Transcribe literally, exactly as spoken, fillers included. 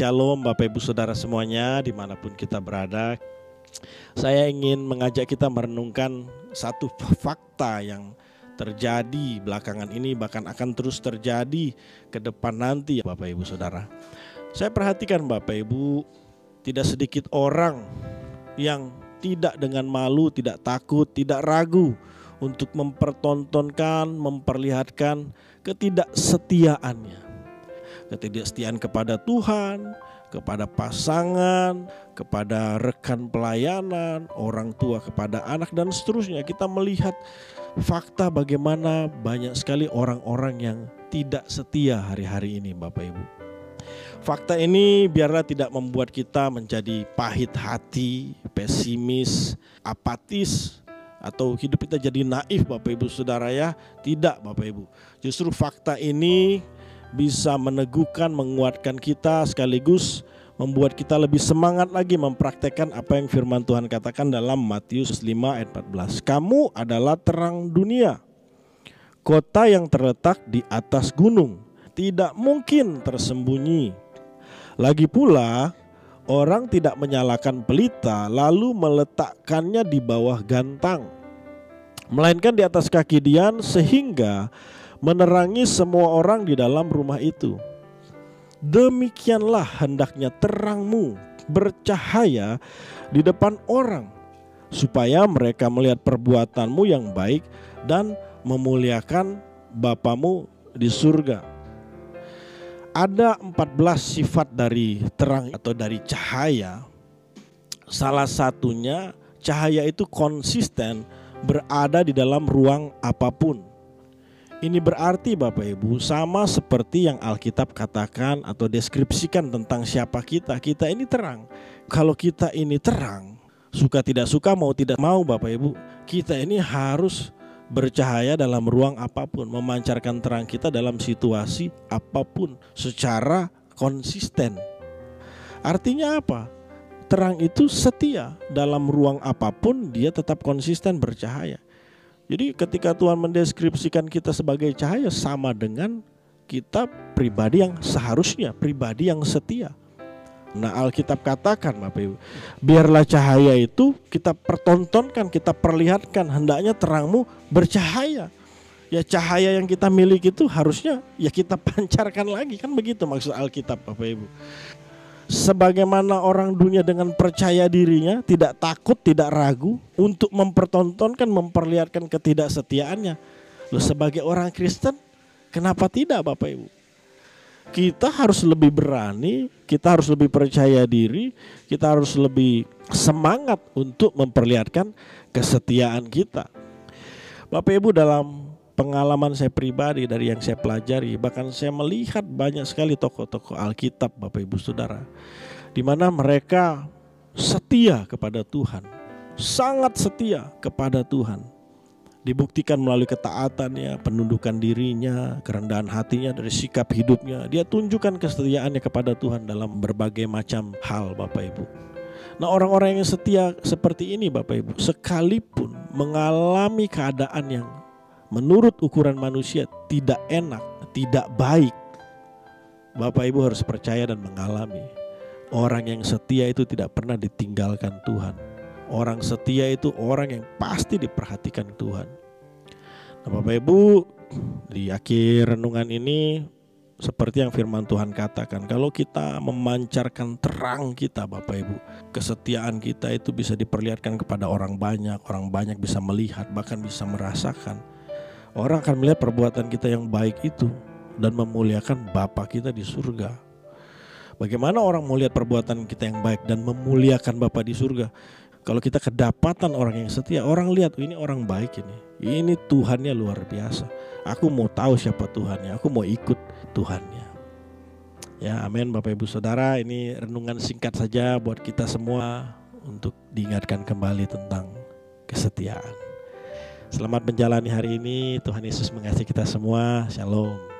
Shalom Bapak Ibu Saudara semuanya dimanapun kita berada. Saya ingin mengajak kita merenungkan satu fakta yang terjadi belakangan ini, bahkan akan terus terjadi ke depan nanti Bapak Ibu Saudara. Saya perhatikan Bapak Ibu, tidak sedikit orang yang tidak dengan malu, tidak takut, tidak ragu untuk mempertontonkan, memperlihatkan ketidaksetiaannya. Ketidaksetiaan kepada Tuhan, kepada pasangan, kepada rekan pelayanan, orang tua kepada anak dan seterusnya. Kita melihat fakta bagaimana banyak sekali orang-orang yang tidak setia hari-hari ini Bapak Ibu. Fakta ini biarlah tidak membuat kita menjadi pahit hati, pesimis, apatis, atau hidup kita jadi naif Bapak Ibu Saudara ya. Tidak Bapak Ibu. Justru fakta ini bisa meneguhkan, menguatkan kita, sekaligus membuat kita lebih semangat lagi mempraktekkan apa yang firman Tuhan katakan dalam Matius lima ayat empat belas. Kamu adalah terang dunia. Kota yang terletak di atas gunung tidak mungkin tersembunyi. Lagi pula, orang tidak menyalakan pelita lalu meletakkannya di bawah gantang, melainkan di atas kaki dian sehingga menerangi semua orang di dalam rumah itu. Demikianlah hendaknya terangmu bercahaya di depan orang, supaya mereka melihat perbuatanmu yang baik dan memuliakan Bapamu di surga. Ada empat belas sifat dari terang atau dari cahaya. Salah satunya, cahaya itu konsisten berada di dalam ruang apapun. Ini berarti Bapak Ibu sama seperti yang Alkitab katakan atau deskripsikan tentang siapa kita. Kita ini terang. Kalau kita ini terang, suka tidak suka, mau tidak mau Bapak Ibu, kita ini harus bercahaya dalam ruang apapun, memancarkan terang kita dalam situasi apapun secara konsisten. Artinya apa? Terang itu setia dalam ruang apapun, dia tetap konsisten bercahaya. Jadi ketika Tuhan mendeskripsikan kita sebagai cahaya, sama dengan kita pribadi yang seharusnya, pribadi yang setia. Nah, Alkitab katakan Bapak Ibu, biarlah cahaya itu kita pertontonkan, kita perlihatkan, hendaknya terangmu bercahaya. Ya, cahaya yang kita miliki itu harusnya ya kita pancarkan lagi, kan begitu maksud Alkitab Bapak Ibu. Sebagaimana orang dunia dengan percaya dirinya, tidak takut, tidak ragu untuk mempertontonkan, memperlihatkan ketidaksetiaannya. Loh, sebagai orang Kristen, kenapa tidak Bapak Ibu? Kita harus lebih berani, kita harus lebih percaya diri, kita harus lebih semangat untuk memperlihatkan kesetiaan kita. Bapak Ibu, dalam pengalaman saya pribadi dari yang saya pelajari, bahkan saya melihat banyak sekali tokoh-tokoh Alkitab Bapak Ibu Saudara, di mana mereka setia kepada Tuhan, sangat setia kepada Tuhan. Dibuktikan melalui ketaatannya, penundukan dirinya, kerendahan hatinya, dari sikap hidupnya. Dia tunjukkan kesetiaannya kepada Tuhan dalam berbagai macam hal Bapak Ibu. Nah, orang-orang yang setia seperti ini Bapak Ibu, sekalipun mengalami keadaan yang menurut ukuran manusia tidak enak, tidak baik, Bapak Ibu harus percaya dan mengalami. Orang yang setia itu tidak pernah ditinggalkan Tuhan. Orang setia itu orang yang pasti diperhatikan Tuhan. Nah Bapak Ibu, di akhir renungan ini seperti yang firman Tuhan katakan, kalau kita memancarkan terang kita Bapak Ibu, kesetiaan kita itu bisa diperlihatkan kepada orang banyak. Orang banyak bisa melihat, bahkan bisa merasakan. Orang akan melihat perbuatan kita yang baik itu dan memuliakan Bapa kita di surga. Bagaimana orang melihat perbuatan kita yang baik dan memuliakan Bapa di surga? Kalau kita kedapatan orang yang setia, orang lihat, oh, ini orang baik ini. Ini Tuhannya luar biasa. Aku mau tahu siapa Tuhannya, aku mau ikut Tuhannya. Ya, amin Bapak Ibu Saudara, ini renungan singkat saja buat kita semua untuk diingatkan kembali tentang kesetiaan. Selamat menjalani hari ini. Tuhan Yesus mengasihi kita semua. Shalom.